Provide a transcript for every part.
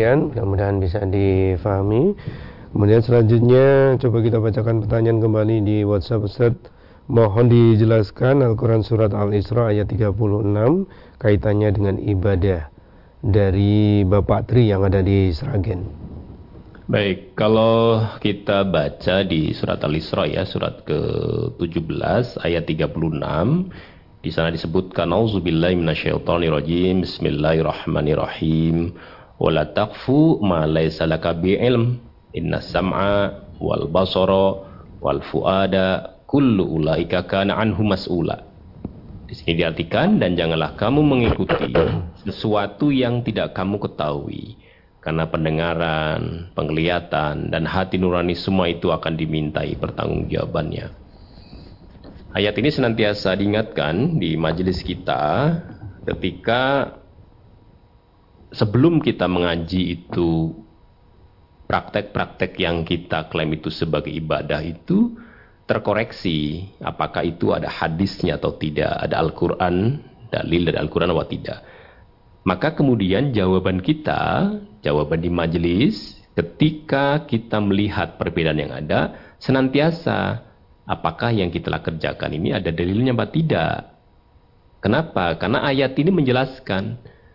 sekalian, mudah-mudahan bisa difahami. Kemudian selanjutnya coba kita bacakan pertanyaan kembali di WhatsApp Ustaz. Mohon dijelaskan Al-Quran Surat Al-Isra ayat 36 kaitannya dengan ibadah, dari Bapak Tri yang ada di Sragen. Baik, kalau kita baca di surat Al-Isra ya, surat ke-17 ayat 36, di sana disebutkan auzubillahi minasyaitonirrajim, bismillahirrahmanirrahim, wala taqfu ma laysa laka bi'ilm, innas sam'a wal basara wal fuada kullu ulaika kana anhu mas'ula. Di sini diartikan, dan janganlah kamu mengikuti sesuatu yang tidak kamu ketahui, karena pendengaran, penglihatan, dan hati nurani semua itu akan dimintai pertanggungjawabannya. Ayat ini senantiasa diingatkan di majelis kita ketika sebelum kita mengaji itu, praktek-praktek yang kita klaim itu sebagai ibadah itu terkoreksi, apakah itu ada hadisnya atau tidak, ada Al-Quran, dalil dari Al-Quran atau tidak. Maka kemudian jawaban kita, jawaban di majelis, ketika kita melihat perbedaan yang ada, senantiasa apakah yang kita kerjakan ini ada dalilnya atau tidak. Kenapa? Karena ayat ini menjelaskan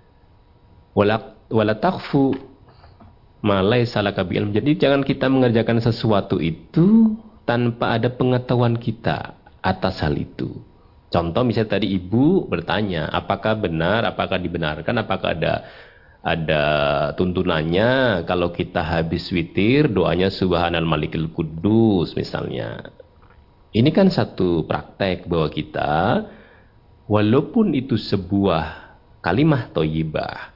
wala taqfu ma laysa laka bi'ilm. Jadi jangan kita mengerjakan sesuatu itu tanpa ada pengetahuan kita atas hal itu. Contoh misalnya tadi ibu bertanya, apakah benar, apakah dibenarkan, apakah ada tuntunannya kalau kita habis witir doanya Subhanal Malikil Quddus misalnya. Ini kan satu praktek bahwa kita, walaupun itu sebuah kalimah thayyibah,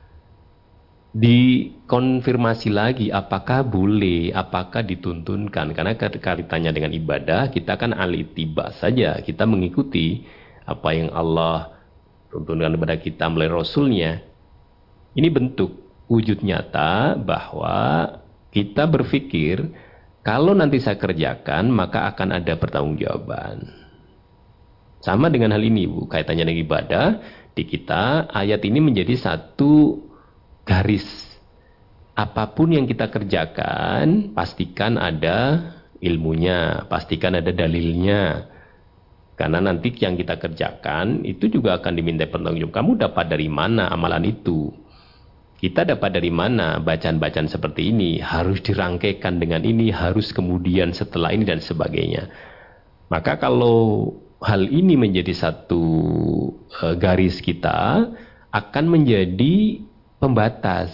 dikonfirmasi lagi apakah boleh, apakah dituntunkan. Karena kaitannya dengan ibadah, kita kan al-ittiba saja, kita mengikuti apa yang Allah tuntunkan kepada kita melalui Rasulnya. Ini bentuk wujud nyata bahwa kita berpikir kalau nanti saya kerjakan maka akan ada pertanggungjawaban. Sama dengan hal ini Bu, kaitannya dengan ibadah, di kita ayat ini menjadi satu garis. Apapun yang kita kerjakan, pastikan ada ilmunya, pastikan ada dalilnya. Karena nanti yang kita kerjakan itu juga akan diminta pertanggungjawaban. Kamu dapat dari mana amalan itu? Kita dapat dari mana bacaan-bacaan seperti ini? Harus dirangkaikan dengan ini, harus kemudian setelah ini dan sebagainya. Maka kalau hal ini menjadi satu garis kita, akan menjadi pembatas.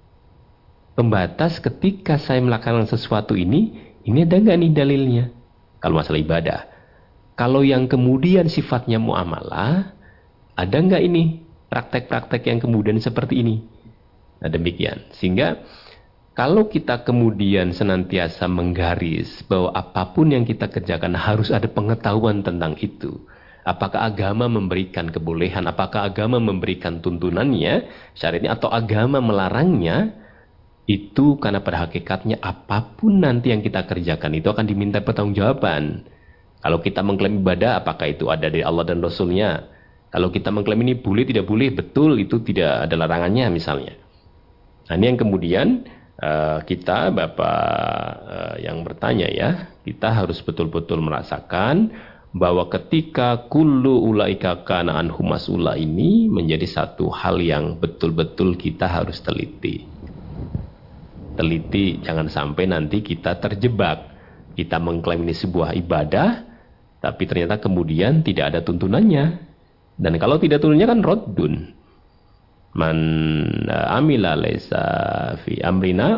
Pembatas ketika saya melakukan sesuatu ini ada nggak nih dalilnya? Kalau masalah ibadah. Kalau yang kemudian sifatnya muamalah, ada nggak ini praktek-praktek yang kemudian seperti ini? Nah demikian. Sehingga kalau kita kemudian senantiasa menggaris bahwa apapun yang kita kerjakan harus ada pengetahuan tentang itu. Apakah agama memberikan kebolehan, apakah agama memberikan tuntunannya, syariatnya, atau agama melarangnya, itu karena pada hakikatnya apapun nanti yang kita kerjakan itu akan diminta pertanggungjawaban. Kalau kita mengklaim ibadah, apakah itu ada dari Allah dan Rasulnya? Kalau kita mengklaim ini boleh, tidak boleh, betul, itu tidak ada larangannya misalnya. Nah ini yang kemudian kita Bapak yang bertanya ya, kita harus betul-betul merasakan bahwa ketika kullu ulaika kana anhu mas'ula ini menjadi satu hal yang betul-betul kita harus teliti. Teliti, jangan sampai nanti kita terjebak. Kita mengklaim ini sebuah ibadah, tapi ternyata kemudian tidak ada tuntunannya. Dan kalau tidak tuntunannya kan raddun. Man amila laisa fi amrina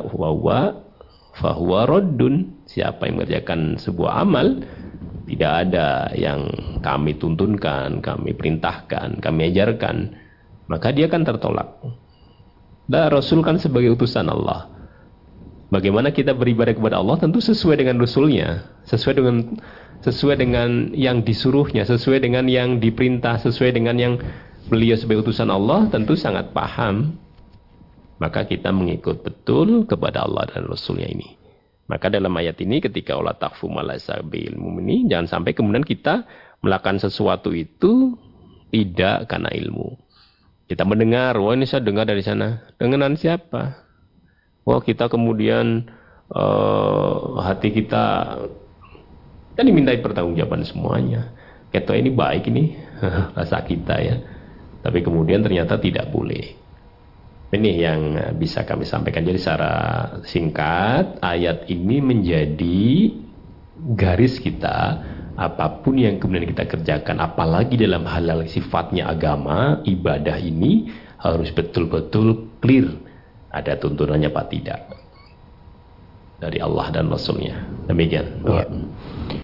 fahuwa raddun. Siapa yang mengerjakan sebuah amal, tidak ada yang kami tuntunkan, kami perintahkan, kami ajarkan, maka dia akan tertolak. Dan Rasul kan sebagai utusan Allah. Bagaimana kita beribadah kepada Allah tentu sesuai dengan Rasulnya, sesuai dengan yang disuruhnya, sesuai dengan yang diperintah, sesuai dengan yang beliau sebagai utusan Allah tentu sangat paham. Maka kita mengikut betul kepada Allah dan Rasulnya ini. Maka dalam ayat ini ketika wala taqfu ma laysa bi'ilm ini, jangan sampai kemudian kita melakukan sesuatu itu tidak karena ilmu. Kita mendengar, wah ini saya dengar dari sana. Dengaran siapa? Wah, kita kemudian hati kita kan dimintai pertanggungjawaban semuanya. Keto ini baik ini rasa kita ya. Tapi kemudian ternyata tidak boleh. Ini yang bisa kami sampaikan. Jadi secara singkat, ayat ini menjadi garis kita. Apapun yang kemudian kita kerjakan, apalagi dalam hal sifatnya agama, ibadah ini harus betul-betul clear. Ada tuntunannya apa tidak dari Allah dan Rasulnya. Demikian. Ya.